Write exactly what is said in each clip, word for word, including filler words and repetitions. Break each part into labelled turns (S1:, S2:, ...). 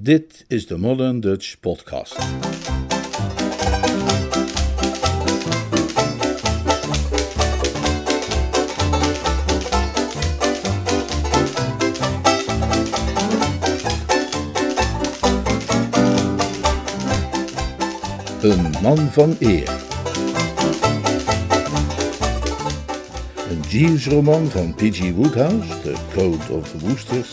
S1: Dit is de Modern Dutch Podcast. Een man van eer. Een Jeeves-roman van P G Wodehouse, The Code of the Woosters.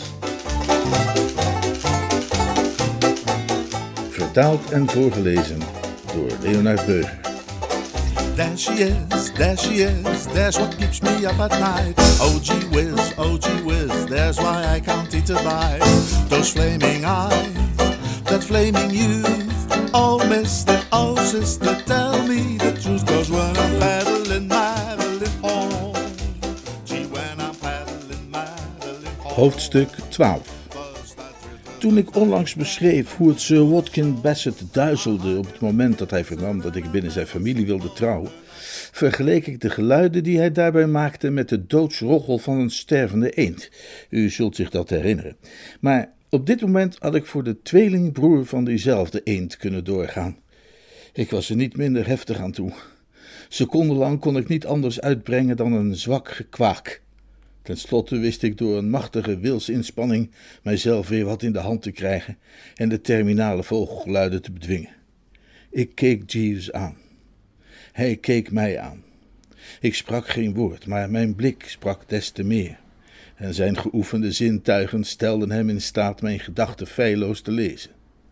S1: Vertaald en voorgelezen door Leonard Beuger.
S2: There she is, there she is, there's what keeps me up at night. Oh gee whiz, oh gee whiz, there's why I can't eat a bite. Those flaming eyes, that flaming youth. Oh mister, oh sister, tell me the truth. Cause when I'm paddling, paddling home, gee when I'm paddling, paddling home.
S1: Hoofdstuk twaalf. Toen ik onlangs beschreef hoe het Sir Watkin Bassett duizelde op het moment dat hij vernam dat ik binnen zijn familie wilde trouwen, vergeleek ik de geluiden die hij daarbij maakte met de doodsroggel van een stervende eend. U zult zich dat herinneren. Maar op dit moment had ik voor de tweelingbroer van diezelfde eend kunnen doorgaan. Ik was er niet minder heftig aan toe. Secondenlang kon ik niet anders uitbrengen dan een zwak gekwaak. Ten slotte wist ik door een machtige wilsinspanning mijzelf weer wat in de hand te krijgen en de terminale vogelgeluiden te bedwingen. Ik keek Jeeves aan. Hij keek mij aan. Ik sprak geen woord, maar mijn blik sprak des te meer. En zijn geoefende zintuigen stelden hem in staat mijn gedachten feilloos te lezen.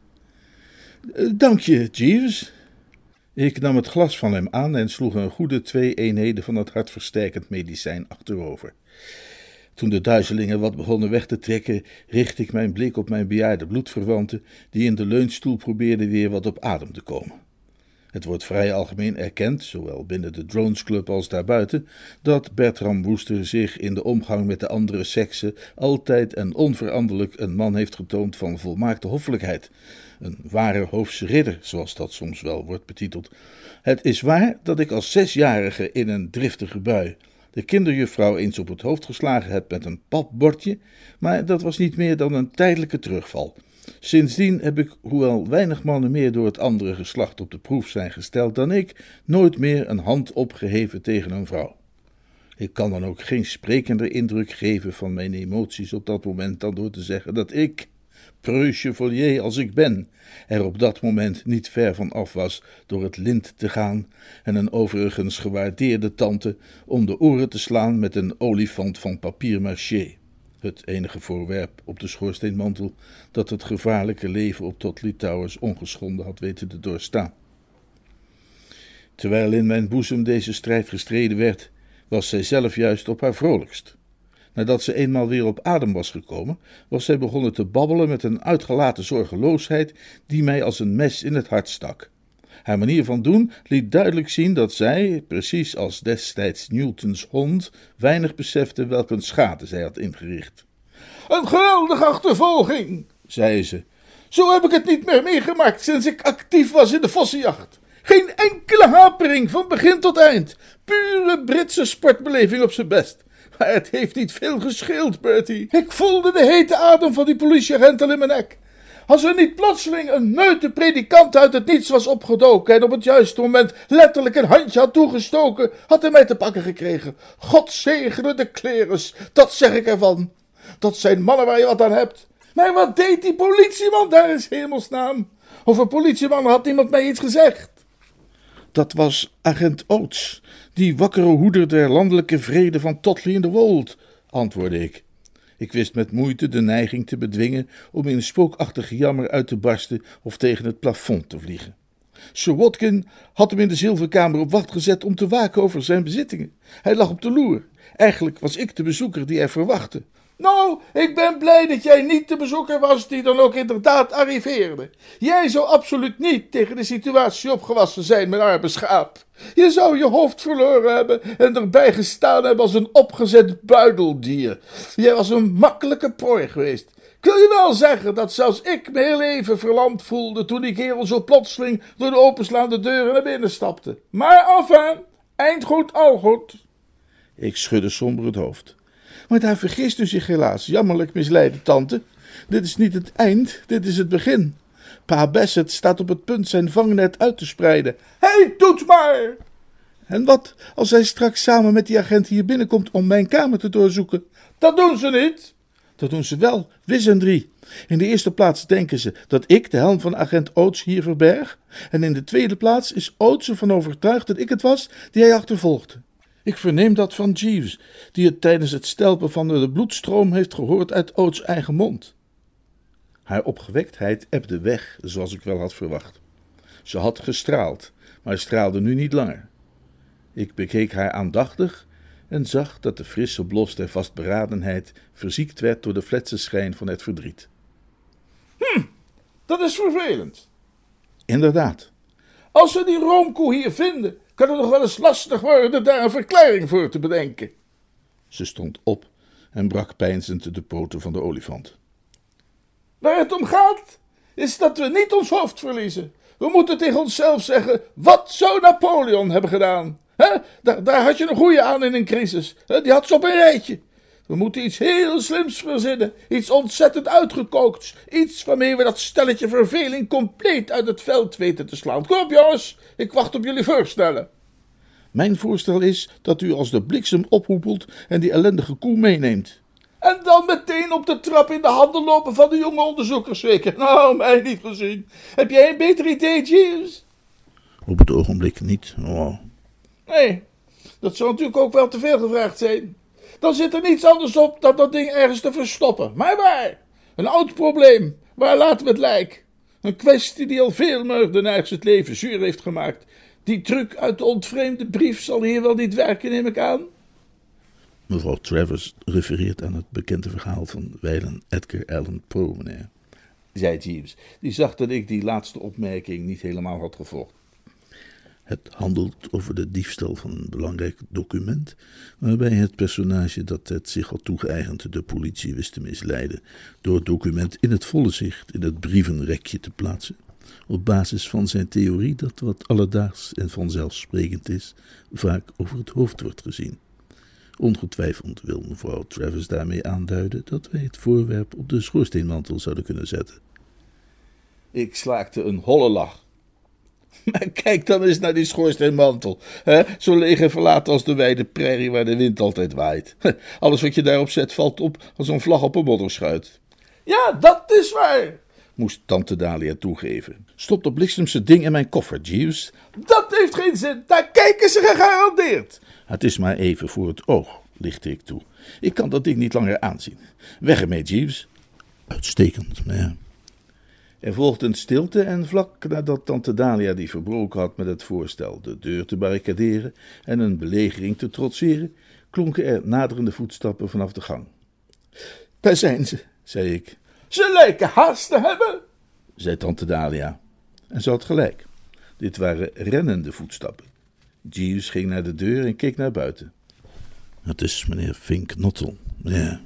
S1: Dank je, Jeeves. Ik nam het glas van hem aan en sloeg een goede twee eenheden van het hartversterkend medicijn achterover. Toen de duizelingen wat begonnen weg te trekken, richtte ik mijn blik op mijn bejaarde bloedverwanten, die in de leunstoel probeerde weer wat op adem te komen. Het wordt vrij algemeen erkend, zowel binnen de Drones Club als daarbuiten, dat Bertram Wooster zich in de omgang met de andere sekse altijd en onveranderlijk een man heeft getoond van volmaakte hoffelijkheid. Een ware hoofdse ridder, zoals dat soms wel wordt betiteld. Het is waar dat ik als zesjarige in een driftige bui de kinderjuffrouw eens op het hoofd geslagen heb met een papbordje, maar dat was niet meer dan een tijdelijke terugval. Sindsdien heb ik, hoewel weinig mannen meer door het andere geslacht op de proef zijn gesteld dan ik, nooit meer een hand opgeheven tegen een vrouw. Ik kan dan ook geen sprekender indruk geven van mijn emoties op dat moment dan door te zeggen dat ik, preux chevalier als ik ben, er op dat moment niet ver van af was door het lint te gaan en een overigens gewaardeerde tante om de oren te slaan met een olifant van papier-mâché. Het enige voorwerp op de schoorsteenmantel dat het gevaarlijke leven op Totley Towers ongeschonden had weten te doorstaan. Terwijl in mijn boezem deze strijd gestreden werd, was zij zelf juist op haar vrolijkst. Nadat ze eenmaal weer op adem was gekomen, was zij begonnen te babbelen met een uitgelaten zorgeloosheid die mij als een mes in het hart stak. Haar manier van doen liet duidelijk zien dat zij, precies als destijds Newtons hond, weinig besefte welke schade zij had ingericht. Een geweldige achtervolging, zei ze. Zo heb ik het niet meer meegemaakt sinds ik actief was in de vossenjacht. Geen enkele hapering van begin tot eind. Pure Britse sportbeleving op zijn best. Maar het heeft niet veel gescheeld, Bertie. Ik voelde de hete adem van die politieagent al in mijn nek. Als er niet plotseling een neute predikant uit het niets was opgedoken en op het juiste moment letterlijk een handje had toegestoken, had hij mij te pakken gekregen. God zegene de klerus, dat zeg ik ervan. Dat zijn mannen waar je wat aan hebt. Maar wat deed die politieman daar in hemelsnaam? Over politiemannen had iemand mij iets gezegd. Dat was agent Oates, die wakkere hoeder der landelijke vrede van Totley in the Wold, antwoordde ik. Ik wist met moeite de neiging te bedwingen om in spookachtig gejammer uit te barsten of tegen het plafond te vliegen. Sir Watkin had hem in de zilverkamer op wacht gezet om te waken over zijn bezittingen. Hij lag op de loer. Eigenlijk was ik de bezoeker die hij verwachtte. Nou, ik ben blij dat jij niet de bezoeker was die dan ook inderdaad arriveerde. Jij zou absoluut niet tegen de situatie opgewassen zijn, mijn arme schaap. Je zou je hoofd verloren hebben en erbij gestaan hebben als een opgezet buideldier. Jij was een makkelijke prooi geweest. Ik wil je wel zeggen dat zelfs ik me heel even verlamd voelde toen die kerel zo plotseling door de openslaande deuren naar binnen stapte. Maar enfin, eind goed, al goed. Ik schudde somber het hoofd. Maar daar vergist u zich helaas, jammerlijk misleide tante. Dit is niet het eind, dit is het begin. Pa Bassett staat op het punt zijn vangnet uit te spreiden. Hij doet maar! En wat als hij straks samen met die agent hier binnenkomt om mijn kamer te doorzoeken? Dat doen ze niet! Dat doen ze wel, wis en drie. In de eerste plaats denken ze dat ik de helm van agent Oates hier verberg. En in de tweede plaats is Oates ervan overtuigd dat ik het was die hij achtervolgde. Ik verneem dat van Jeeves, die het tijdens het stelpen van de bloedstroom heeft gehoord uit Oates' eigen mond. Haar opgewektheid ebde weg, zoals ik wel had verwacht. Ze had gestraald, maar straalde nu niet langer. Ik bekeek haar aandachtig en zag dat de frisse blos der vastberadenheid verziekt werd door de fletse schijn van het verdriet. Hm, dat is vervelend. Inderdaad. Als we die roomkoe hier vinden, kan het nog wel eens lastig worden daar een verklaring voor te bedenken. Ze stond op en brak peinzend de poten van de olifant. Waar het om gaat, is dat we niet ons hoofd verliezen. We moeten tegen onszelf zeggen, wat zou Napoleon hebben gedaan? He? Daar, daar had je een goeie aan in een crisis. He? Die had ze op een rijtje. We moeten iets heel slims verzinnen. Iets ontzettend uitgekookts. Iets waarmee we dat stelletje verveling compleet uit het veld weten te slaan. Kom op jongens, ik wacht op jullie voorstellen. Mijn voorstel is dat u als de bliksem ophoepelt en die ellendige koe meeneemt. En dan meteen op de trap in de handen lopen van de jonge onderzoekers zeker. Nou, mij niet gezien. Heb jij een beter idee, Jeeves? Op het ogenblik niet. Oh. Nee, dat zou natuurlijk ook wel te veel gevraagd zijn. Dan zit er niets anders op dan dat ding ergens te verstoppen. Maar waar? Een oud probleem. Waar laten we het lijk? Een kwestie die al veel moordenaars het leven zuur heeft gemaakt. Die truc uit de ontvreemde brief zal hier wel niet werken, neem ik aan. Mevrouw Travers refereert aan het bekende verhaal van wijlen Edgar Allan Poe, meneer, zei Jeeves, die zag dat ik die laatste opmerking niet helemaal had gevolgd. Het handelt over de diefstal van een belangrijk document, waarbij het personage dat het zich had toegeëigend de politie wist te misleiden, door het document in het volle zicht in het brievenrekje te plaatsen, op basis van zijn theorie dat wat alledaags en vanzelfsprekend is, vaak over het hoofd wordt gezien. Ongetwijfeld wil mevrouw Travers daarmee aanduiden dat wij het voorwerp op de schoorsteenmantel zouden kunnen zetten. Ik slaakte een holle lach. Maar kijk dan eens naar die schoorsteenmantel, hè? Zo leeg en verlaten als de wijde prairie waar de wind altijd waait. Alles wat je daarop zet valt op als een vlag op een modderschuit. Ja, dat is waar, moest tante Dahlia toegeven. Stop dat bliksemse ding in mijn koffer, Jeeves. Dat heeft geen zin, daar kijken ze gegarandeerd. Het is maar even voor het oog, lichtte ik toe. Ik kan dat ding niet langer aanzien. Weg ermee, Jeeves. Uitstekend, meneer. Er volgde een stilte en vlak nadat tante Dahlia die verbroken had met het voorstel de deur te barricaderen en een belegering te trotseren, klonken er naderende voetstappen vanaf de gang. Daar zijn ze, zei ik. Ze lijken haast te hebben, zei tante Dahlia. En ze had gelijk. Dit waren rennende voetstappen. Jeeves ging naar de deur en keek naar buiten. Het is meneer Fink Nottel, meneer.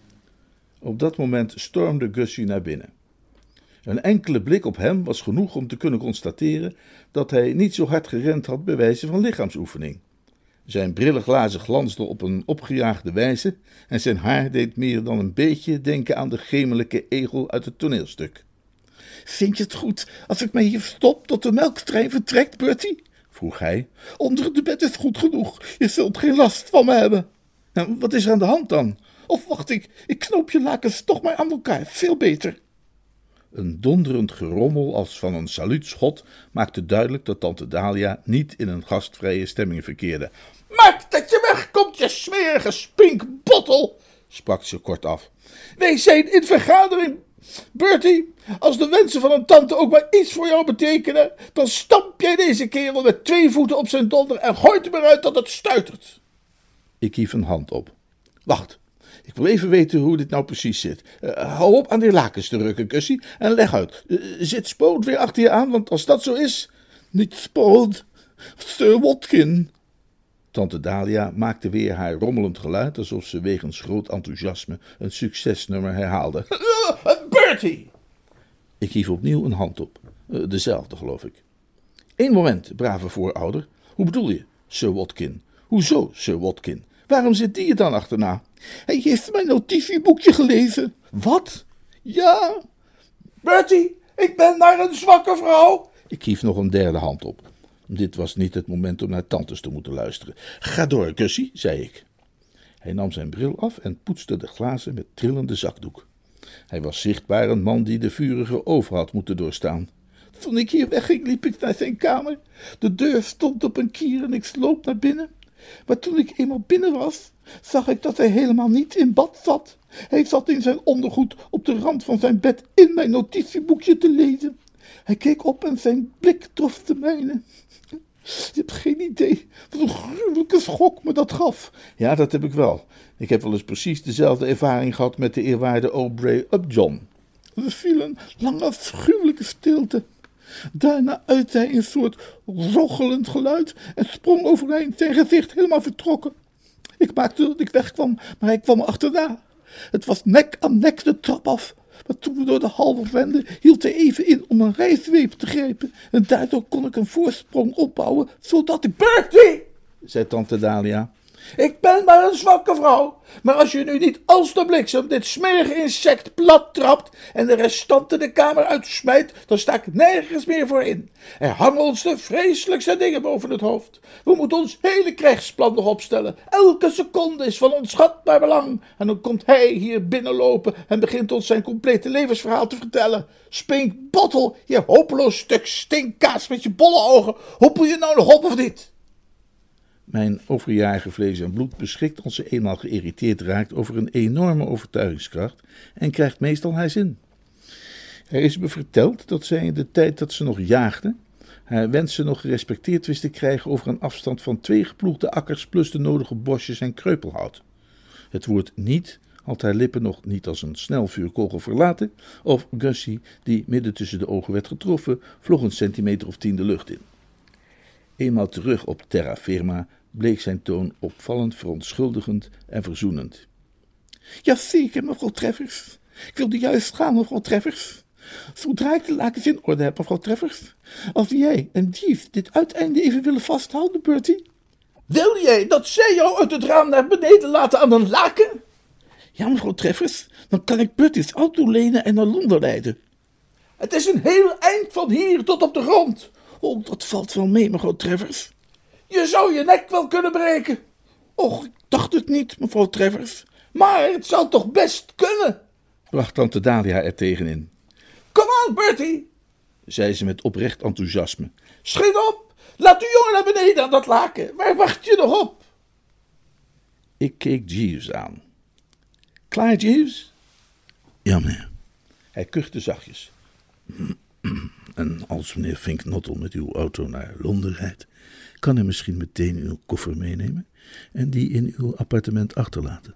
S1: Op dat moment stormde Gussie naar binnen. Een enkele blik op hem was genoeg om te kunnen constateren dat hij niet zo hard gerend had bij wijze van lichaamsoefening. Zijn brillenglazen glansden op een opgejaagde wijze en zijn haar deed meer dan een beetje denken aan de gemelijke egel uit het toneelstuk. Vind je het goed als ik mij hier stop tot de melktrein vertrekt, Bertie? Vroeg hij. Onder de bed is goed genoeg, je zult geen last van me hebben. Nou, wat is er aan de hand dan? Of wacht ik, ik knoop je lakens toch maar aan elkaar, veel beter. Een donderend gerommel als van een saluutschot maakte duidelijk dat tante Dahlia niet in een gastvrije stemming verkeerde. Maak dat je wegkomt, je smerige spinkbottel, sprak ze kortaf. Wij zijn in vergadering, Bertie. Als de wensen van een tante ook maar iets voor jou betekenen, dan stamp jij deze kerel met twee voeten op zijn donder en gooit hem eruit dat het stuitert. Ik hief een hand op. Wacht. Ik wil even weten hoe dit nou precies zit. Uh, hou op aan die lakens te rukken, Gussie, en leg uit. Uh, zit Spoot weer achter je aan, want als dat zo is... Niet Spoot, Sir Watkin. Tante Dahlia maakte weer haar rommelend geluid, alsof ze wegens groot enthousiasme een succesnummer herhaalde. Uh, Bertie! Ik hief opnieuw een hand op. Uh, dezelfde, geloof ik. Eén moment, brave voorouder. Hoe bedoel je, Sir Watkin? Hoezo, Sir Watkin? Waarom zit die je dan achterna? Hij heeft mijn notitieboekje gelezen. Wat? Ja? Bertie, ik ben maar een zwakke vrouw. Ik hief nog een derde hand op. Dit was niet het moment om naar tantes te moeten luisteren. Ga door, Gussie, zei ik. Hij nam zijn bril af en poetste de glazen met trillende zakdoek. Hij was zichtbaar een man die de vurige oven had moeten doorstaan. Toen ik hier wegging, liep ik naar zijn kamer. De deur stond op een kier en ik sloop naar binnen. Maar toen ik eenmaal binnen was, zag ik dat hij helemaal niet in bad zat. Hij zat in zijn ondergoed op de rand van zijn bed in mijn notitieboekje te lezen. Hij keek op en zijn blik trof de mijne. Je hebt geen idee wat een gruwelijke schok me dat gaf. Ja, dat heb ik wel. Ik heb wel eens precies dezelfde ervaring gehad met de eerwaarde Aubrey Upjohn. Er viel een lange afschuwelijke stilte. Daarna uitte hij een soort rochelend geluid en sprong overeind, zijn gezicht helemaal vertrokken. Ik maakte dat ik wegkwam, maar hij kwam achterna. Het was nek aan nek de trap af. Maar toen we door de hal wenden, hield hij even in om een rijzweep te grijpen. En daardoor kon ik een voorsprong opbouwen, zodat ik... Bertie, zei tante Dalia. Ik ben maar een zwakke vrouw, maar als je nu niet als de bliksem dit smerige insect plat trapt en de restanten de kamer uitsmijt, dan sta ik nergens meer voor in. Er hangen ons de vreselijkste dingen boven het hoofd. We moeten ons hele krijgsplan nog opstellen. Elke seconde is van onschatbaar belang. En dan komt hij hier binnenlopen en begint ons zijn complete levensverhaal te vertellen. Spink bottel, je hopeloos stuk stinkkaas met je bolle ogen. Hoppel je nou nog op of niet? Mijn overjarige vlees en bloed beschikt als ze eenmaal geïrriteerd raakt over een enorme overtuigingskracht en krijgt meestal haar zin. Er is me verteld dat zij in de tijd dat ze nog jaagde, haar wensen nog gerespecteerd wist te krijgen over een afstand van twee geploegde akkers plus de nodige bosjes en kreupelhout. Het woord niet had haar lippen nog niet als een snelvuurkogel verlaten, of Gussie, die midden tussen de ogen werd getroffen, vloog een centimeter of tien de lucht in. Eenmaal terug op terra firma bleek zijn toon opvallend verontschuldigend en verzoenend. Ja, zeker, mevrouw Treffers. Ik wilde juist gaan, mevrouw Treffers. Zodra ik de lakens in orde heb, mevrouw Treffers. Als jij en Jeeves dit uiteinde even willen vasthouden, Bertie. Wil jij dat zij jou uit het raam naar beneden laten aan een laken? Ja, mevrouw Treffers, dan kan ik Bertie's auto lenen en naar Londen rijden. Het is een heel eind van hier tot op de grond. Oh, dat valt wel mee, mevrouw Treffers. Je zou je nek wel kunnen breken. Och, ik dacht het niet, mevrouw Treffers. Maar het zou toch best kunnen, bracht tante Dalia er tegenin. Kom aan, Bertie, zei ze met oprecht enthousiasme. Schiet op, laat uw jongen naar beneden aan dat laken. Waar wacht je nog op? Ik keek Jeeves aan. Klaar, Jeeves? Ja, meneer. Hij kuchte zachtjes. En als meneer Finknottel met uw auto naar Londen rijdt, kan hij misschien meteen uw koffer meenemen en die in uw appartement achterlaten.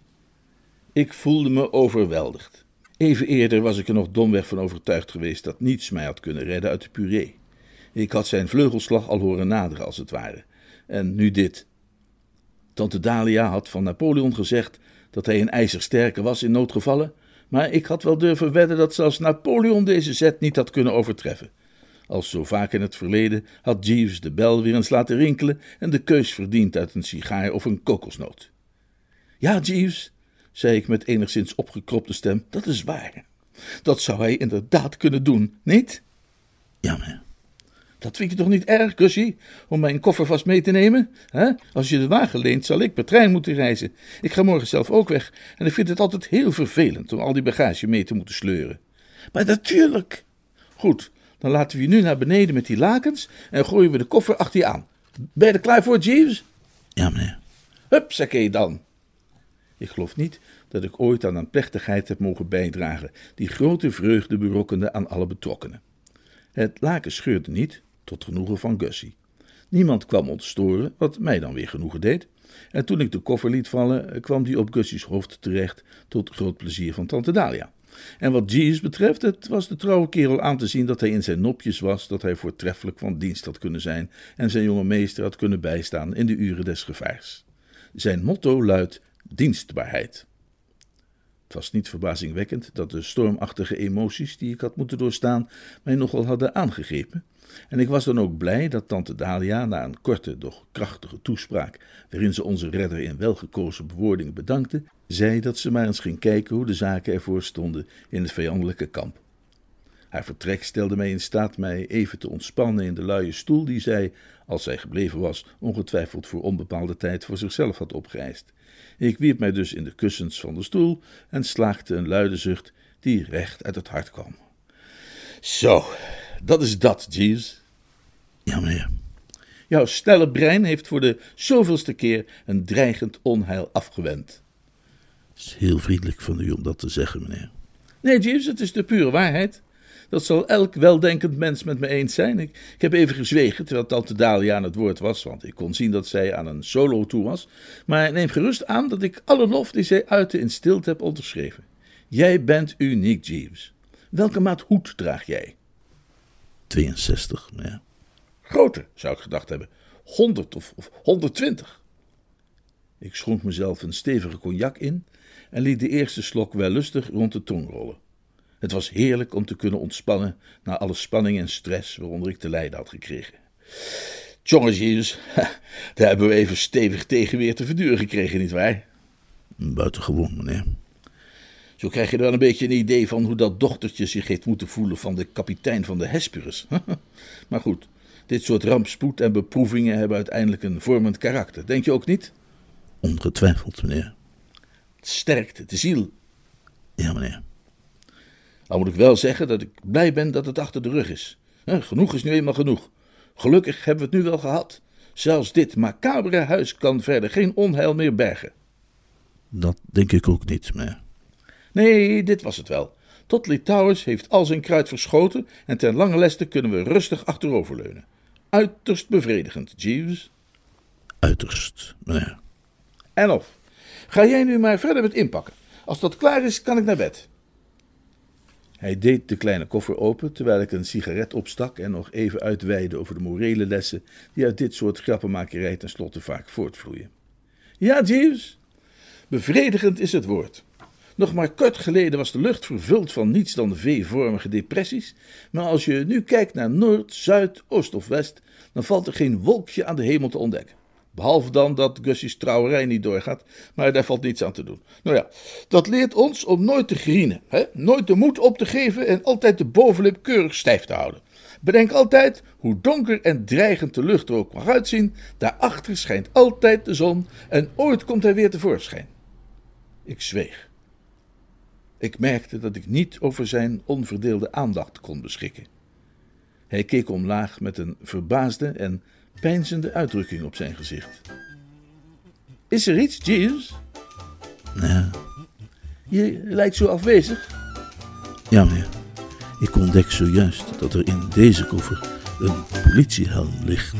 S1: Ik voelde me overweldigd. Even eerder was ik er nog domweg van overtuigd geweest dat niets mij had kunnen redden uit de puree. Ik had zijn vleugelslag al horen naderen als het ware. En nu dit. Tante Dalia had van Napoleon gezegd dat hij een ijzersterke was in noodgevallen, maar ik had wel durven wedden dat zelfs Napoleon deze zet niet had kunnen overtreffen. Als zo vaak in het verleden had Jeeves de bel weer eens laten rinkelen en de keus verdiend uit een sigaar of een kokosnoot. Ja, Jeeves, zei ik met enigszins opgekropte stem, dat is waar. Dat zou hij inderdaad kunnen doen, niet? Ja, meneer. Dat vind je toch niet erg, Gussie, om mijn koffer vast mee te nemen? Hè? Als je de wagen leent, zal ik per trein moeten reizen. Ik ga morgen zelf ook weg en ik vind het altijd heel vervelend om al die bagage mee te moeten sleuren. Maar natuurlijk. Goed, dan laten we je nu naar beneden met die lakens en gooien we de koffer achter je aan. Ben je er klaar voor, Jeeves? Ja, meneer. Hupsakee dan. Ik geloof niet dat ik ooit aan een plechtigheid heb mogen bijdragen die grote vreugde berokkende aan alle betrokkenen. Het laken scheurde niet, tot genoegen van Gussie. Niemand kwam ons storen, wat mij dan weer genoegen deed. En toen ik de koffer liet vallen, kwam die op Gussie's hoofd terecht, tot groot plezier van tante Dalia. En wat Jeeves betreft, het was de trouwe kerel aan te zien dat hij in zijn nopjes was, dat hij voortreffelijk van dienst had kunnen zijn en zijn jonge meester had kunnen bijstaan in de uren des gevaars. Zijn motto luidt dienstbaarheid. Het was niet verbazingwekkend dat de stormachtige emoties die ik had moeten doorstaan mij nogal hadden aangegrepen. En ik was dan ook blij dat tante Dalia na een korte, doch krachtige toespraak, waarin ze onze redder in welgekozen bewoordingen bedankte, zei dat ze maar eens ging kijken hoe de zaken ervoor stonden in het vijandelijke kamp. Haar vertrek stelde mij in staat mij even te ontspannen in de luie stoel die zij, als zij gebleven was, ongetwijfeld voor onbepaalde tijd voor zichzelf had opgeëist. Ik wierp mij dus in de kussens van de stoel en slaakte een luide zucht die recht uit het hart kwam. Zo, dat is dat, Jeeves.
S2: Ja, meneer.
S1: Jouw snelle brein heeft voor de zoveelste keer een dreigend onheil afgewend.
S2: Het is heel vriendelijk van u om dat te zeggen, meneer.
S1: Nee, Jeeves, het is de pure waarheid. Dat zal elk weldenkend mens met me eens zijn. Ik, ik heb even gezwegen terwijl tante Dalia aan het woord was, want ik kon zien dat zij aan een solo toe was. Maar neem gerust aan dat ik alle lof die zij uitte in stilte heb onderschreven. Jij bent uniek, Jeeves. Welke maat hoed draag jij?
S2: tweeënzestig, meneer.
S1: Groter, zou ik gedacht hebben. honderd of, of honderdtwintig. Ik schonk mezelf een stevige cognac in en liet de eerste slok wellustig rond de tong rollen. Het was heerlijk om te kunnen ontspannen na alle spanning en stress waaronder ik te lijden had gekregen. Jongens, Jeeves, daar hebben we even stevig tegenweer te verduren gekregen, nietwaar?
S2: Buitengewoon, meneer.
S1: Zo krijg je er wel een beetje een idee van hoe dat dochtertje zich heeft moeten voelen van de kapitein van de Hesperus. Maar goed, dit soort rampspoed en beproevingen hebben uiteindelijk een vormend karakter, denk je ook niet?
S2: Ongetwijfeld, meneer.
S1: Het sterkt de ziel.
S2: Ja, meneer.
S1: Al moet ik wel zeggen dat ik blij ben dat het achter de rug is. He, genoeg is nu eenmaal genoeg. Gelukkig hebben we het nu wel gehad. Zelfs dit macabere huis kan verder geen onheil meer bergen.
S2: Dat denk ik ook niet, meneer.
S1: Nee, dit was het wel. Totley Towers heeft al zijn kruid verschoten en ten lange leste kunnen we rustig achteroverleunen. Uiterst bevredigend, Jeeves.
S2: Uiterst, meneer.
S1: En of, ga jij nu maar verder met inpakken. Als dat klaar is, kan ik naar bed. Hij deed de kleine koffer open, terwijl ik een sigaret opstak en nog even uitweidde over de morele lessen die uit dit soort grappenmakerij tenslotte vaak voortvloeien. Ja, Jeeves, bevredigend is het woord. Nog maar kort geleden was de lucht vervuld van niets dan V-vormige depressies, maar als je nu kijkt naar noord, zuid, oost of west, dan valt er geen wolkje aan de hemel te ontdekken. Behalve dan dat Gussie's trouwerij niet doorgaat, maar daar valt niets aan te doen. Nou ja, dat leert ons om nooit te grienen, hè? Nooit de moed op te geven en altijd de bovenlip keurig stijf te houden. Bedenk altijd, hoe donker en dreigend de lucht er ook mag uitzien, daarachter schijnt altijd de zon en ooit komt hij weer tevoorschijn. Ik zweeg. Ik merkte dat ik niet over zijn onverdeelde aandacht kon beschikken. Hij keek omlaag met een verbaasde en peinzende uitdrukking op zijn gezicht. Is er iets, Jeeves?
S2: Ja.
S1: Je lijkt zo afwezig.
S2: Ja, meneer. Ik ontdek zojuist dat er in deze koffer een politiehelm ligt.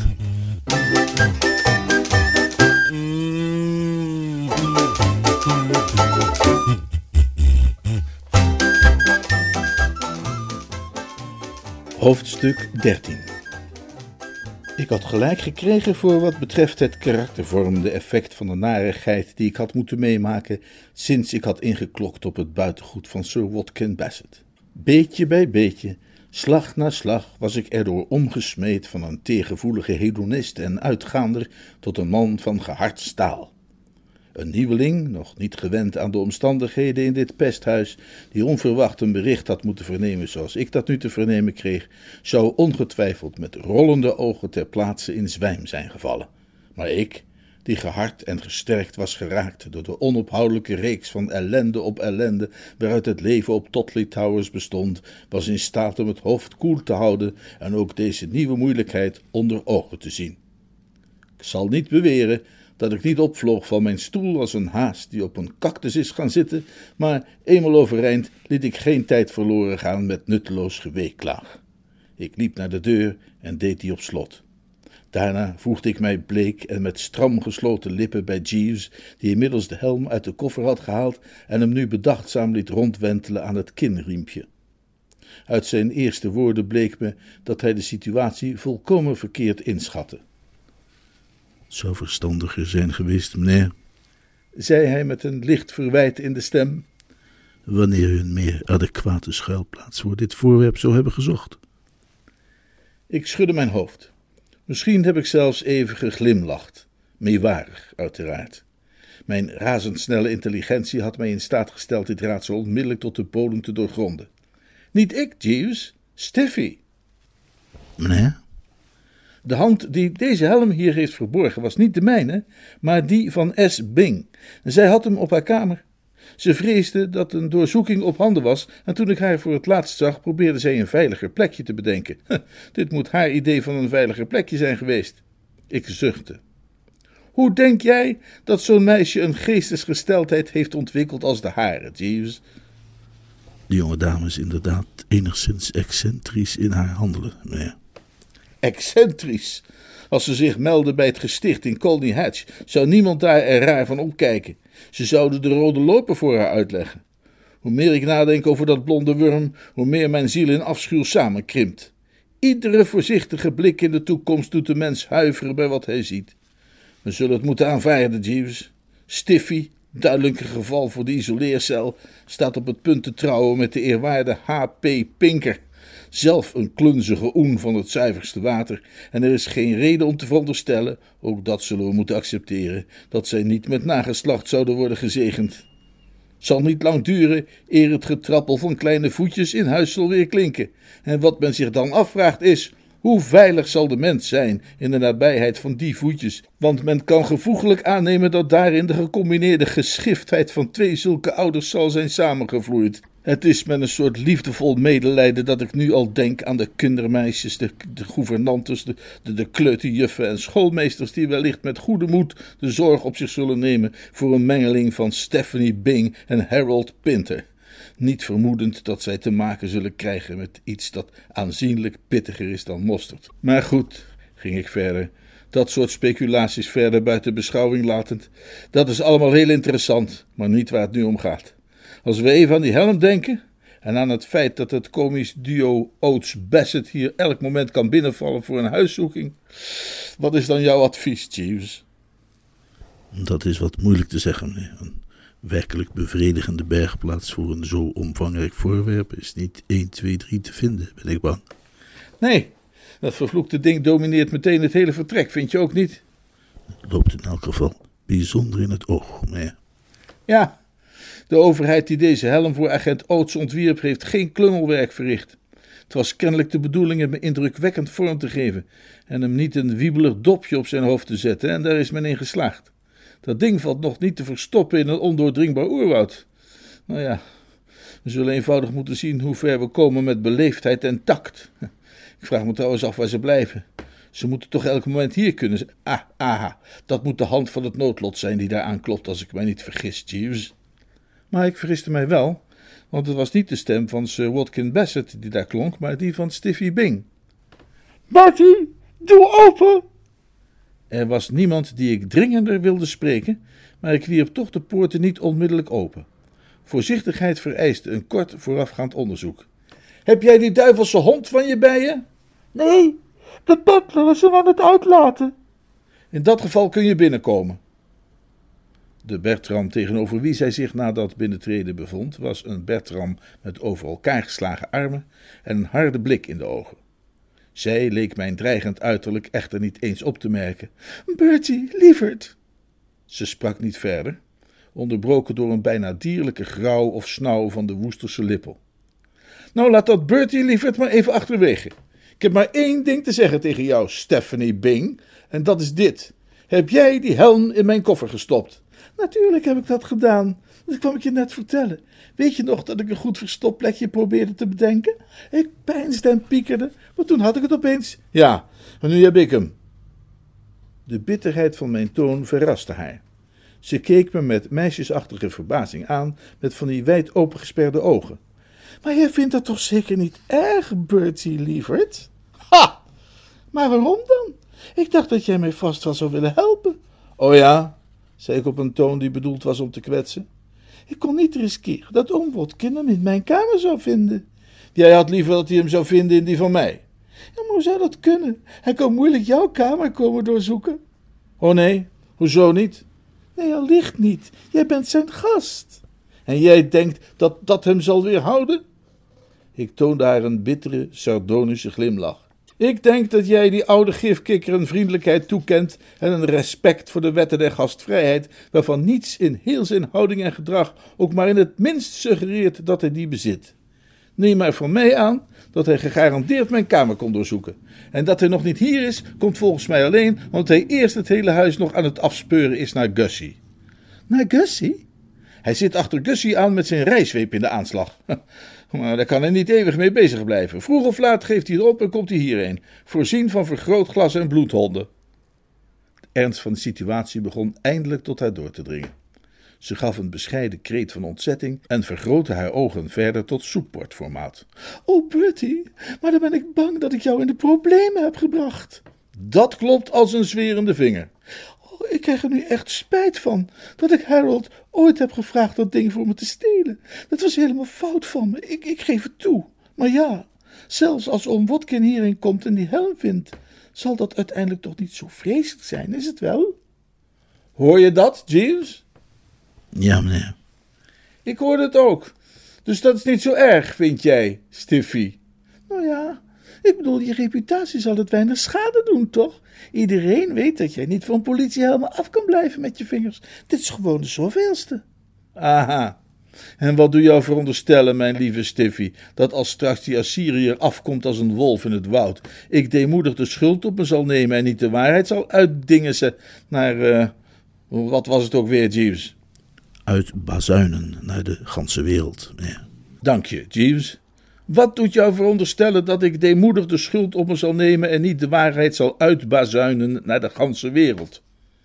S1: Hoofdstuk dertien. Ik had gelijk gekregen voor wat betreft het karaktervormende effect van de narigheid die ik had moeten meemaken sinds ik had ingeklokt op het buitengoed van Sir Watkin Bassett. Beetje bij beetje, slag na slag, was ik erdoor omgesmeed van een teergevoelige hedonist en uitgaander tot een man van gehard staal. Een nieuweling, nog niet gewend aan de omstandigheden in dit pesthuis, die onverwacht een bericht had moeten vernemen zoals ik dat nu te vernemen kreeg, zou ongetwijfeld met rollende ogen ter plaatse in zwijm zijn gevallen. Maar ik, die gehard en gesterkt was geraakt door de onophoudelijke reeks van ellende op ellende waaruit het leven op Totley Towers bestond, was in staat om het hoofd koel te houden en ook deze nieuwe moeilijkheid onder ogen te zien. Ik zal niet beweren dat ik niet opvloog van mijn stoel als een haas die op een cactus is gaan zitten, maar eenmaal overeind liet ik geen tijd verloren gaan met nutteloos geweeklaag. Ik liep naar de deur en deed die op slot. Daarna voegde ik mij bleek en met stram gesloten lippen bij Jeeves, die inmiddels de helm uit de koffer had gehaald en hem nu bedachtzaam liet rondwentelen aan het kinriempje. Uit zijn eerste woorden bleek me dat hij de situatie volkomen verkeerd inschatte.
S2: Het zou verstandiger zijn geweest, meneer,
S1: zei hij met een licht verwijt in de stem, wanneer hun meer adequate schuilplaats voor dit voorwerp zou hebben gezocht. Ik schudde mijn hoofd. Misschien heb ik zelfs even geglimlacht. Meewarig, uiteraard. Mijn razendsnelle intelligentie had mij in staat gesteld dit raadsel onmiddellijk tot de bodem te doorgronden. Niet ik, Jeeves, Stiffy. Meneer? De hand die deze helm hier heeft verborgen was niet de mijne, maar die van S. Bing. Zij had hem op haar kamer. Ze vreesde dat een doorzoeking op handen was en toen ik haar voor het laatst zag, probeerde zij een veiliger plekje te bedenken. Dit moet haar idee van een veiliger plekje zijn geweest. Ik zuchtte. Hoe denk jij dat zo'n meisje een geestesgesteldheid heeft ontwikkeld als de hare, Jeeves? De jonge dame is inderdaad enigszins excentrisch in haar handelen, meneer. Excentrisch? Als ze zich meldde bij het gesticht in Colney Hatch, zou niemand daar er raar van opkijken. Ze zouden de rode loper voor haar uitleggen. Hoe meer ik nadenk over dat blonde wurm, hoe meer mijn ziel in afschuw samenkrimpt. Iedere voorzichtige blik in de toekomst doet de mens huiveren bij wat hij ziet. We zullen het moeten aanvaarden, Jeeves. Stiffy, duidelijk een geval voor de isoleercel, staat op het punt te trouwen met de eerwaarde H P Pinker. Zelf een klunzige oen van het zuiverste water, en er is geen reden om te veronderstellen, ook dat zullen we moeten accepteren, dat zij niet met nageslacht zouden worden gezegend. Het zal niet lang duren, eer het getrappel van kleine voetjes in huis zal weer klinken. En wat men zich dan afvraagt is, hoe veilig zal de mens zijn in de nabijheid van die voetjes? Want men kan gevoeglijk aannemen dat daarin de gecombineerde geschiftheid van twee zulke ouders zal zijn samengevloeid. Het is met een soort liefdevol medelijden dat ik nu al denk aan de kindermeisjes, de, de gouvernantes, de, de, de kleuterjuffen en schoolmeesters die wellicht met goede moed de zorg op zich zullen nemen voor een mengeling van Stephanie Bing en Harold Pinter. Niet vermoedend dat zij te maken zullen krijgen met iets dat aanzienlijk pittiger is dan mosterd. Maar goed, ging ik verder, dat soort speculaties verder buiten beschouwing latend, dat is allemaal heel interessant, maar niet waar het nu om gaat. Als we even aan die helm denken en aan het feit dat het komisch duo Oates-Bassett hier elk moment kan binnenvallen voor een huiszoeking, wat is dan jouw advies, Jeeves? Dat is wat moeilijk te zeggen, meneer. Een werkelijk bevredigende bergplaats voor een zo omvangrijk voorwerp is niet één, twee, drie te vinden, ben ik bang. Nee, dat vervloekte ding domineert meteen het hele vertrek, vind je ook niet? Het loopt in elk geval bijzonder in het oog, meneer. Ja. De overheid die deze helm voor agent Oates ontwierp, heeft geen klungelwerk verricht. Het was kennelijk de bedoeling hem indrukwekkend vorm te geven en hem niet een wiebelig dopje op zijn hoofd te zetten, en daar is men in geslaagd. Dat ding valt nog niet te verstoppen in een ondoordringbaar oerwoud. Nou ja, we zullen eenvoudig moeten zien hoe ver we komen met beleefdheid en tact. Ik vraag me trouwens af waar ze blijven. Ze moeten toch elk moment hier kunnen zijn. Ah, aha, dat moet de hand van het noodlot zijn die daar aanklopt, als ik mij niet vergis, Jeeves. Maar ik vergiste mij wel, want het was niet de stem van Sir Watkin Bassett die daar klonk, maar die van Stiffy Bing. Bertie, doe open! Er was niemand die ik dringender wilde spreken, maar ik wierp toch de poorten niet onmiddellijk open. Voorzichtigheid vereiste een kort voorafgaand onderzoek. Heb jij die duivelse hond van je bij je? Nee, de butler is hem aan het uitlaten. In dat geval kun je binnenkomen. De Bertram tegenover wie zij zich na dat binnentreden bevond, was een Bertram met over elkaar geslagen armen en een harde blik in de ogen. Zij leek mijn dreigend uiterlijk echter niet eens op te merken. Bertie, lieverd. Ze sprak niet verder, onderbroken door een bijna dierlijke grauw of snauw van de Woesterse lippel. Nou, laat dat Bertie, lieverd, maar even achterwege. Ik heb maar één ding te zeggen tegen jou, Stephanie Bing, en dat is dit. Heb jij die helm in mijn koffer gestopt? Natuurlijk heb ik dat gedaan. Dat kwam ik je net vertellen. Weet je nog dat ik een goed verstopplekje probeerde te bedenken? Ik peinsde en piekerde, maar toen had ik het opeens. Ja, en nu heb ik hem. De bitterheid van mijn toon verraste haar. Ze keek me met meisjesachtige verbazing aan, met van die wijd opengesperde ogen. Maar jij vindt dat toch zeker niet erg, Bertie, lieverd? Ha! Maar waarom dan? Ik dacht dat jij mij vast wel zou willen helpen. Oh ja? Zei ik op een toon die bedoeld was om te kwetsen. Ik kon niet riskeren dat oom Watkin hem in mijn kamer zou vinden. Jij had liever dat hij hem zou vinden in die van mij. Ja, maar hoe zou dat kunnen? Hij kan moeilijk jouw kamer komen doorzoeken. Oh nee, hoezo niet? Nee, allicht niet. Jij bent zijn gast. En jij denkt dat dat hem zal weerhouden? Ik toonde haar een bittere, sardonische glimlach. Ik denk dat jij die oude gifkikker een vriendelijkheid toekent en een respect voor de wetten der gastvrijheid, waarvan niets in heel zijn houding en gedrag ook maar in het minst suggereert dat hij die bezit. Neem maar van mij aan dat hij gegarandeerd mijn kamer kon doorzoeken. En dat hij nog niet hier is, komt volgens mij alleen omdat hij eerst het hele huis nog aan het afspeuren is naar Gussie. Naar Gussie? Hij zit achter Gussie aan met zijn rijzweep in de aanslag. Maar daar kan hij niet eeuwig mee bezig blijven. Vroeg of laat geeft hij het op en komt hij hierheen, voorzien van vergrootglas en bloedhonden. De ernst van de situatie begon eindelijk tot haar door te dringen. Ze gaf een bescheiden kreet van ontzetting en vergrootte haar ogen verder tot soepbordformaat. Oh, Bertie, maar dan ben ik bang dat ik jou in de problemen heb gebracht. Dat klopt als een zwerende vinger. Oh, ik krijg er nu echt spijt van dat ik Harold ooit heb gevraagd dat ding voor me te stelen. Dat was helemaal fout van me, ik, ik geef het toe. Maar ja, zelfs als oom Watkin hierin komt en die helm vindt, zal dat uiteindelijk toch niet zo vreselijk zijn, is het wel? Hoor je dat, Jeeves?
S3: Ja, meneer.
S1: Ik hoorde het ook. Dus dat is niet zo erg, vind jij, Stiffy? Nou ja, ik bedoel, je reputatie zal het weinig schade doen, toch? Iedereen weet dat jij niet van politie helemaal af kan blijven met je vingers. Dit is gewoon de zoveelste. Aha. En wat doe jou veronderstellen, mijn lieve Stiffy, dat als straks die Assyriër afkomt als een wolf in het woud, ik deemoedig de schuld op me zal nemen en niet de waarheid zal uitdingesen naar, uh, wat was het ook weer, Jeeves?
S3: Uitbazuinen naar de ganse wereld, meneer.
S1: Dank je, Jeeves. Wat doet jou veronderstellen dat ik deemoedig de schuld op me zal nemen en niet de waarheid zal uitbazuinen naar de ganse wereld?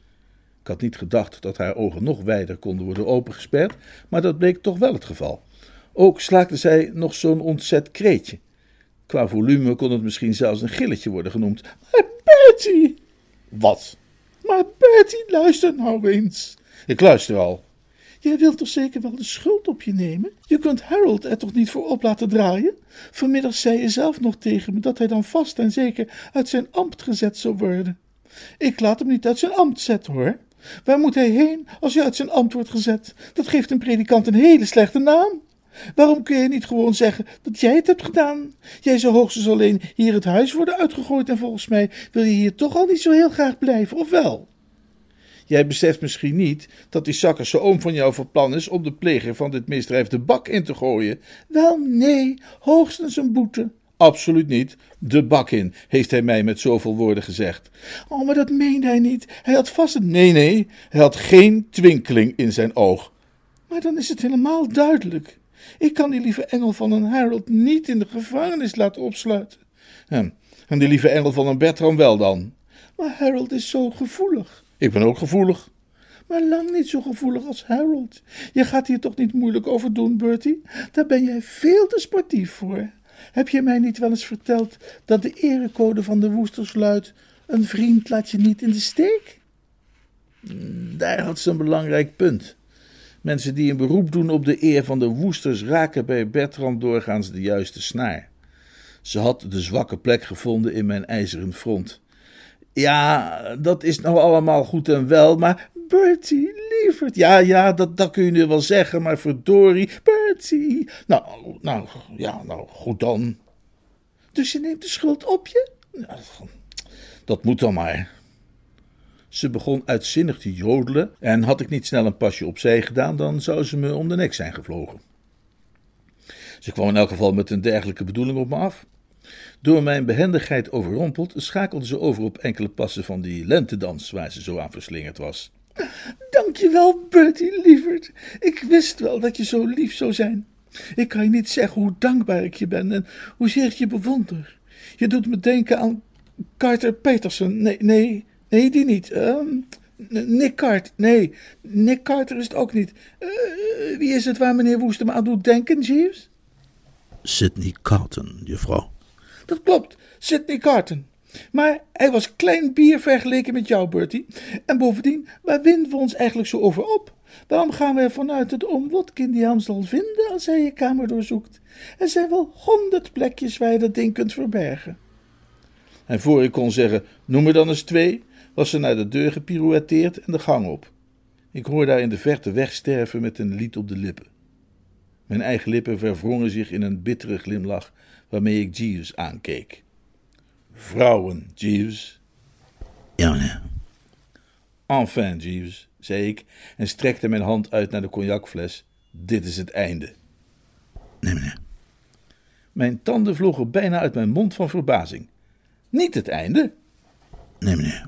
S1: Ik had niet gedacht dat haar ogen nog wijder konden worden opengesperd, maar dat bleek toch wel het geval. Ook slaakte zij nog zo'n ontzet kreetje. Qua volume kon het misschien zelfs een gilletje worden genoemd. Maar Bertie! Wat? Maar Bertie, luister nou eens. Ik luister al. Jij wilt toch zeker wel de schuld op je nemen? Je kunt Harold er toch niet voor op laten draaien? Vanmiddag zei je zelf nog tegen me dat hij dan vast en zeker uit zijn ambt gezet zou worden. Ik laat hem niet uit zijn ambt zetten, hoor. Waar moet hij heen als hij uit zijn ambt wordt gezet? Dat geeft een predikant een hele slechte naam. Waarom kun je niet gewoon zeggen dat jij het hebt gedaan? Jij zou hoogstens alleen hier het huis worden uitgegooid en volgens mij wil je hier toch al niet zo heel graag blijven, of wel? Jij beseft misschien niet dat die zakkerse oom van jou van plan is om de pleger van dit misdrijf de bak in te gooien. Wel, nee, hoogstens een boete. Absoluut niet. De bak in, heeft hij mij met zoveel woorden gezegd. Oh, maar dat meende hij niet. Hij had vast een... Nee, nee, hij had geen twinkeling in zijn oog. Maar dan is het helemaal duidelijk. Ik kan die lieve engel van een Harold niet in de gevangenis laten opsluiten. Hm. En die lieve engel van een Bertram wel dan. Maar Harold is zo gevoelig. Ik ben ook gevoelig. Maar lang niet zo gevoelig als Harold. Je gaat hier toch niet moeilijk over doen, Bertie? Daar ben jij veel te sportief voor. Heb je mij niet wel eens verteld dat de erecode van de Woesters luidt: een vriend laat je niet in de steek? Daar had ze een belangrijk punt. Mensen die een beroep doen op de eer van de Woesters raken bij Bertram doorgaans de juiste snaar. Ze had de zwakke plek gevonden in mijn ijzeren front. Ja, dat is nou allemaal goed en wel, maar Bertie, lieverd, ja, ja, dat, dat kun je nu wel zeggen, maar verdorie, Bertie. Nou, nou, ja, nou, goed dan. Dus je neemt de schuld op je? Nou, dat moet dan maar. Ze begon uitzinnig te jodelen en had ik niet snel een pasje opzij gedaan, dan zou ze me om de nek zijn gevlogen. Ze kwam in elk geval met een dergelijke bedoeling op me af. Door mijn behendigheid overrompeld schakelde ze over op enkele passen van die lentedans waar ze zo aan verslingerd was. Dankjewel, Bertie, lieverd. Ik wist wel dat je zo lief zou zijn. Ik kan je niet zeggen hoe dankbaar ik je ben en hoezeer ik je bewonder. Je doet me denken aan Carter Peterson. Nee, nee, nee, die niet. Um, Nick Carter. Nee, Nick Carter is het ook niet. Uh, wie is het waar meneer Woester me aan doet denken, Jeeves?
S3: Sidney Carton, juffrouw.
S1: Dat klopt, Sidney Carton. Maar hij was klein bier vergeleken met jou, Bertie. En bovendien, waar winden we ons eigenlijk zo over op? Waarom gaan we ervan uit dat oom Watkin die hem zal vinden als hij je kamer doorzoekt? Er zijn wel honderd plekjes waar je dat ding kunt verbergen. En voor ik kon zeggen, noem er dan eens twee, was ze naar de deur gepirouetteerd en de gang op. Ik hoorde haar in de verte wegsterven met een lied op de lippen. Mijn eigen lippen verwrongen zich in een bittere glimlach waarmee ik Jeeves aankeek. Vrouwen, Jeeves.
S3: Ja, meneer.
S1: Enfin, Jeeves, zei ik en strekte mijn hand uit naar de cognacfles. Dit is het einde.
S3: Nee, meneer.
S1: Mijn tanden vlogen bijna uit mijn mond van verbazing. Niet het einde?
S3: Nee, meneer.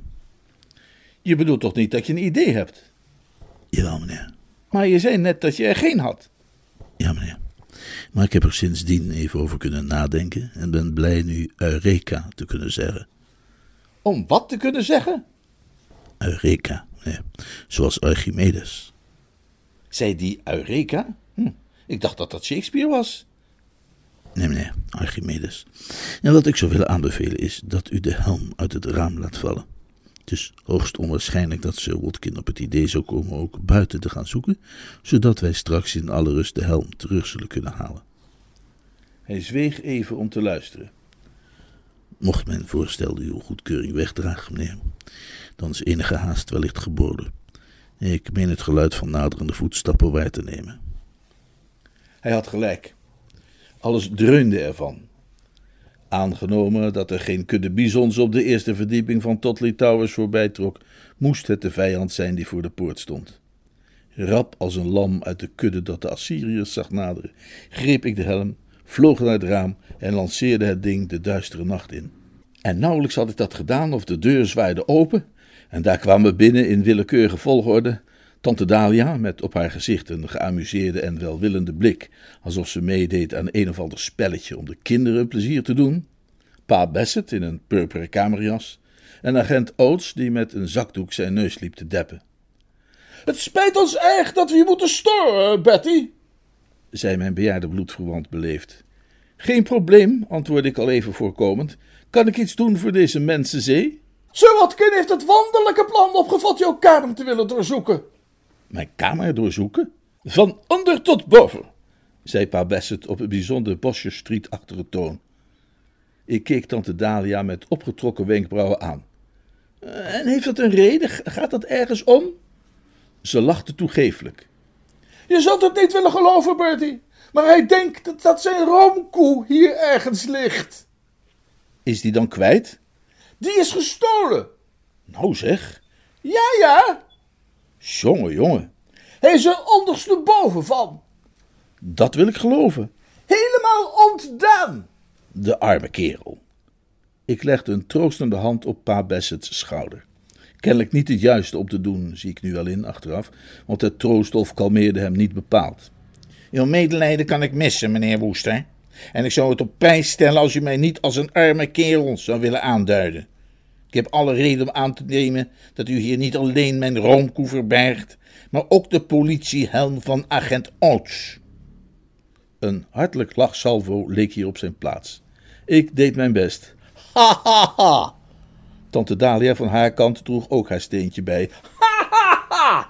S1: Je bedoelt toch niet dat je een idee hebt?
S3: Jawel, meneer.
S1: Maar je zei net dat je er geen had.
S3: Ja, meneer. Maar ik heb er sindsdien even over kunnen nadenken en ben blij nu Eureka te kunnen zeggen.
S1: Om wat te kunnen zeggen?
S3: Eureka, meneer. Zoals Archimedes.
S1: Zei die Eureka? Hm, ik dacht dat dat Shakespeare was.
S3: Nee, meneer, Archimedes. En wat ik zou willen aanbevelen is dat u de helm uit het raam laat vallen. Het is hoogst onwaarschijnlijk dat Sir Watkin op het idee zou komen ook buiten te gaan zoeken, zodat wij straks in alle rust de helm terug zullen kunnen halen.
S1: Hij zweeg even om te luisteren.
S3: Mocht mijn voorstel uw goedkeuring wegdragen, meneer, dan is enige haast wellicht geboden. Ik meen het geluid van naderende voetstappen waar te nemen.
S1: Hij had gelijk. Alles dreunde ervan. Aangenomen dat er geen kudde bizons op de eerste verdieping van Totley Towers voorbij trok, moest het de vijand zijn die voor de poort stond. Rap als een lam uit de kudde dat de Assyriërs zag naderen, greep ik de helm, vloog naar het raam en lanceerde het ding de duistere nacht in. En nauwelijks had ik dat gedaan of de deur zwaaide open en daar kwamen binnen in willekeurige volgorde tante Dahlia met op haar gezicht een geamuseerde en welwillende blik, alsof ze meedeed aan een of ander spelletje om de kinderen een plezier te doen, pa Bassett in een purperen kamerjas en agent Oates die met een zakdoek zijn neus liep te deppen. Het spijt ons erg dat we je moeten storen, Betty, zei mijn bejaarde bloedverwant beleefd. Geen probleem, antwoordde ik al even voorkomend. Kan ik iets doen voor deze mensenzee? Sir Watkin heeft het wonderlijke plan opgevat jouw kamer te willen doorzoeken. Mijn kamer doorzoeken? Van onder tot boven, zei pa Bassett op een bijzonder Boscher Street-achtige toon. Ik keek tante Dahlia met opgetrokken wenkbrauwen aan. En heeft dat een reden? Gaat dat ergens om? Ze lachte toegeeflijk. Je zult het niet willen geloven, Bertie, maar hij denkt dat, dat zijn roomkoe hier ergens ligt. Is die dan kwijt? Die is gestolen. Nou zeg. Ja, ja. Jongen, jongen. Hij is er ondersteboven van. Dat wil ik geloven. Helemaal ontdaan. De arme kerel. Ik legde een troostende hand op pa Bassett's schouder. Kennelijk niet het juiste om te doen, zie ik nu wel in achteraf, want het troostte of kalmeerde hem niet bepaald. Uw medelijden kan ik missen, meneer Woester. En ik zou het op prijs stellen als u mij niet als een arme kerel zou willen aanduiden. Ik heb alle reden om aan te nemen dat u hier niet alleen mijn roomkoe verbergt, maar ook de politiehelm van agent Oates. Een hartelijk lachsalvo leek hier op zijn plaats. Ik deed mijn best. Ha, ha, ha. Tante Dahlia van haar kant droeg ook haar steentje bij. Ha, ha, ha.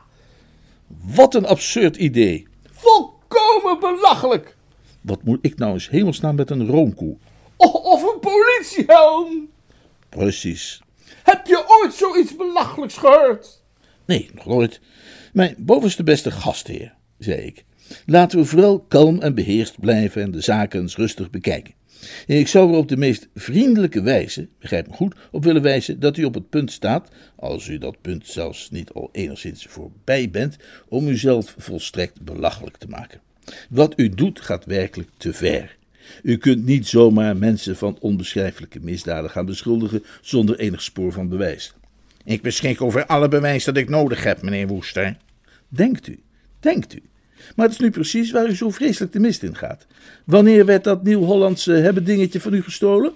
S1: Wat een absurd idee. Volkomen belachelijk. Wat moet ik nou eens hemelsnaam met een roomkoe? Of een politiehelm. Precies. Heb je ooit zoiets belachelijks gehoord? Nee, nog nooit. Mijn bovenste beste gastheer, zei ik. Laten we vooral kalm en beheerst blijven en de zaken eens rustig bekijken. Ik zou er op de meest vriendelijke wijze, begrijp me goed, op willen wijzen dat u op het punt staat, als u dat punt zelfs niet al enigszins voorbij bent, om uzelf volstrekt belachelijk te maken. Wat u doet gaat werkelijk te ver. U kunt niet zomaar mensen van onbeschrijfelijke misdaden gaan beschuldigen zonder enig spoor van bewijs. Ik beschik over alle bewijs dat ik nodig heb, meneer Woester. Denkt u, denkt u. Maar het is nu precies waar u zo vreselijk de mist in gaat. Wanneer werd dat Nieuw-Hollandse hebbedingetje van u gestolen?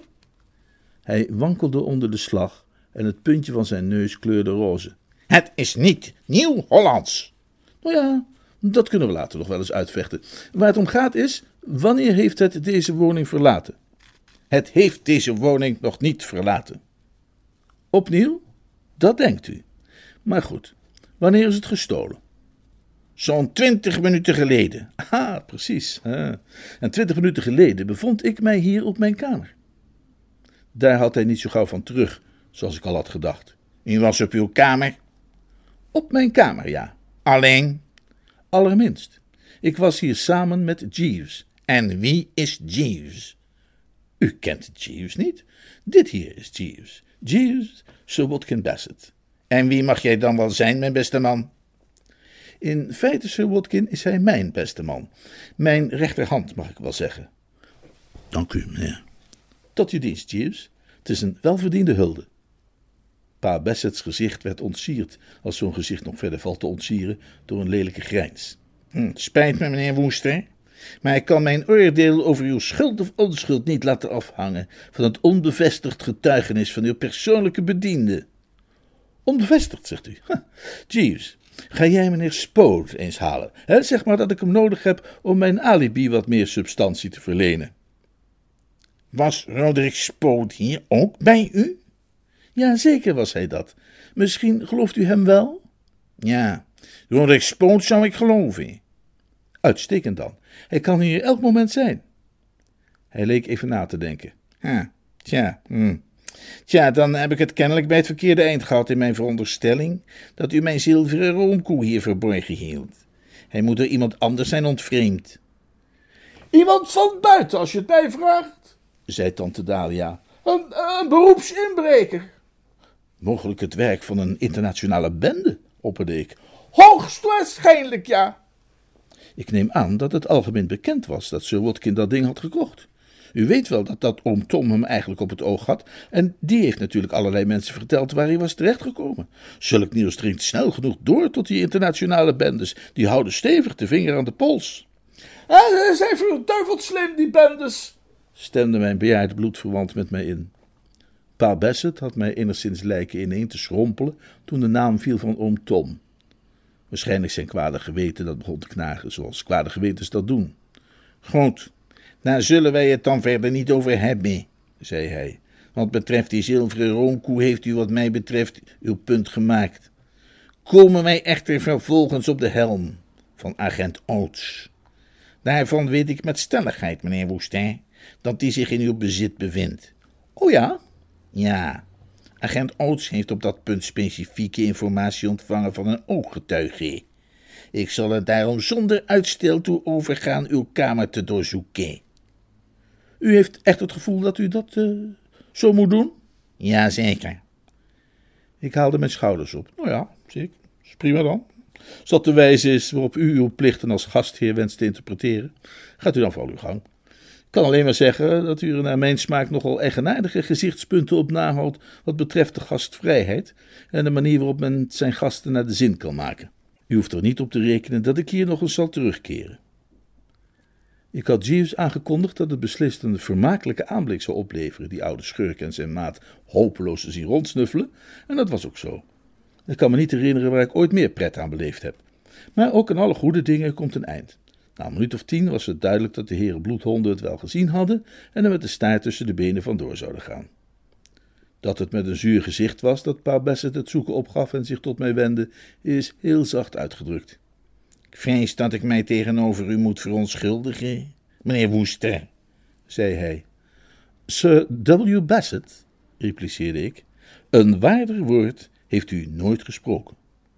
S1: Hij wankelde onder de slag en het puntje van zijn neus kleurde roze. Het is niet Nieuw-Hollands. Nou ja, dat kunnen we later nog wel eens uitvechten. Waar het om gaat is, wanneer heeft het deze woning verlaten? Het heeft deze woning nog niet verlaten. Opnieuw? Dat denkt u. Maar goed, wanneer is het gestolen? Zo'n twintig minuten geleden. Ah, precies. Ah. En twintig minuten geleden bevond ik mij hier op mijn kamer. Daar had hij niet zo gauw van terug, zoals ik al had gedacht. U was op uw kamer? Op mijn kamer, ja. Alleen? Allerminst. Ik was hier samen met Jeeves. En wie is Jeeves? U kent Jeeves niet? Dit hier is Jeeves. Jeeves, Sir Watkin Bassett. En wie mag jij dan wel zijn, mijn beste man? In feite, Sir Watkin, is hij mijn beste man. Mijn rechterhand, mag ik wel zeggen.
S3: Dank u, meneer.
S1: Tot uw dienst, Jeeves. Het is een welverdiende hulde. Pa Bassett's gezicht werd ontsierd, als zo'n gezicht nog verder valt te ontsieren, door een lelijke grijns. Hm, spijt me, meneer Wooster, maar ik kan mijn oordeel over uw schuld of onschuld niet laten afhangen van het onbevestigd getuigenis van uw persoonlijke bediende. Onbevestigd, zegt u. Ha, Jeeves, ga jij meneer Spode eens halen. He, zeg maar dat ik hem nodig heb om mijn alibi wat meer substantie te verlenen. Was Roderick Spode hier ook bij u? Ja, zeker was hij dat. Misschien gelooft u hem wel? Ja, Roderick Spode zou ik geloven. Uitstekend dan. Hij kan hier elk moment zijn. Hij leek even na te denken. Ha, tja, hm. Tja, dan heb ik het kennelijk bij het verkeerde eind gehad in mijn veronderstelling dat u mijn zilveren roomkoe hier verborgen hield. Hij moet door iemand anders zijn ontvreemd. Iemand van buiten, als je het mij vraagt, zei tante Dahlia. Een, een beroepsinbreker. Mogelijk het werk van een internationale bende, opperde ik. Hoogstwaarschijnlijk, ja. Ik neem aan dat het algemeen bekend was dat Sir Watkin dat ding had gekocht. U weet wel dat dat oom Tom hem eigenlijk op het oog had, en die heeft natuurlijk allerlei mensen verteld waar hij was terechtgekomen. Zulk nieuws dringt snel genoeg door tot die internationale bendes, die houden stevig de vinger aan de pols. Ah, ze zijn verduiveld slim, die bendes, stemde mijn bejaarde bloedverwant met mij in. Pa Bassett had mij enigszins lijken ineen te schrompelen toen de naam viel van oom Tom. Waarschijnlijk zijn kwade geweten dat begon te knagen, zoals kwade gewetens dat doen. Goed, daar zullen wij het dan verder niet over hebben, zei hij. Wat betreft die zilveren roomkoe heeft u wat mij betreft uw punt gemaakt. Komen wij echter vervolgens op de helm van agent Oates. Daarvan weet ik met stelligheid, meneer Woestijn, dat die zich in uw bezit bevindt. Oh ja? Ja. Agent Oates heeft op dat punt specifieke informatie ontvangen van een ooggetuige. Ik zal er daarom zonder uitstel toe overgaan uw kamer te doorzoeken. U heeft echt het gevoel dat u dat uh, zo moet doen? Jazeker. Ik haalde mijn schouders op. Nou ja, zeker. Is prima dan. Als dat de wijze is waarop u uw plichten als gastheer wenst te interpreteren, gaat u dan vooral uw gang. Ik kan alleen maar zeggen dat u er naar mijn smaak nogal eigenaardige gezichtspunten op nahoudt wat betreft de gastvrijheid en de manier waarop men zijn gasten naar de zin kan maken. U hoeft er niet op te rekenen dat ik hier nog eens zal terugkeren. Ik had Jeeves aangekondigd dat het beslist een vermakelijke aanblik zou opleveren die oude schurk en zijn maat hopeloos te zien rondsnuffelen, en dat was ook zo. Ik kan me niet herinneren waar ik ooit meer pret aan beleefd heb. Maar ook aan alle goede dingen komt een eind. Na een minuut of tien was het duidelijk dat de heren bloedhonden het wel gezien hadden en er met de staart tussen de benen vandoor zouden gaan. Dat het met een zuur gezicht was dat pa Bassett het zoeken opgaf en zich tot mij wendde, is heel zacht uitgedrukt. Ik vrees dat ik mij tegenover u moet verontschuldigen, meneer Wooster, zei hij. Sir W. Bassett, repliceerde ik, een waarder woord heeft u nooit gesproken.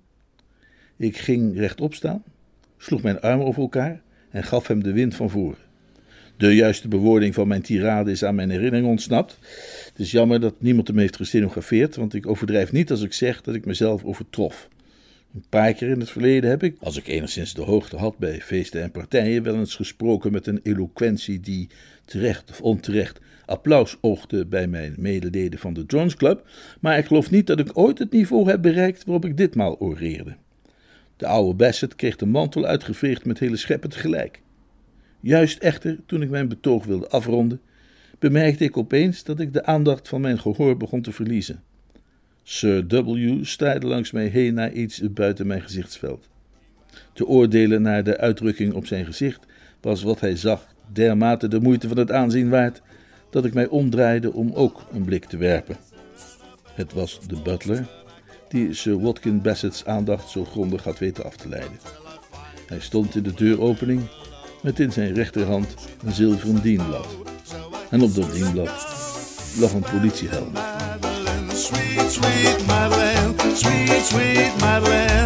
S1: Ik ging rechtop staan, sloeg mijn armen over elkaar en gaf hem de wind van voren. De juiste bewoording van mijn tirade is aan mijn herinnering ontsnapt. Het is jammer dat niemand hem heeft gestenografeerd, want ik overdrijf niet als ik zeg dat ik mezelf overtrof. Een paar keer in het verleden heb ik, als ik enigszins de hoogte had bij feesten en partijen, wel eens gesproken met een eloquentie die, terecht of onterecht, applaus oogde bij mijn medeleden van de Drones Club, maar ik geloof niet dat ik ooit het niveau heb bereikt waarop ik ditmaal oreerde. De oude Bassett kreeg de mantel uitgeveegd met hele scheppen tegelijk. Juist echter, toen ik mijn betoog wilde afronden, bemerkte ik opeens dat ik de aandacht van mijn gehoor begon te verliezen. Sir W. staarde langs mij heen naar iets buiten mijn gezichtsveld. Te oordelen naar de uitdrukking op zijn gezicht was wat hij zag dermate de moeite van het aanzien waard, dat ik mij omdraaide om ook een blik te werpen. Het was de butler, die Sir Watkin Bassett's aandacht zo grondig had weten af te leiden. Hij stond in de deuropening met in zijn rechterhand een zilveren dienblad. En op dat dienblad lag een politiehelm.
S2: Sweet, sweet Madeleine, sweet, sweet Madeleine.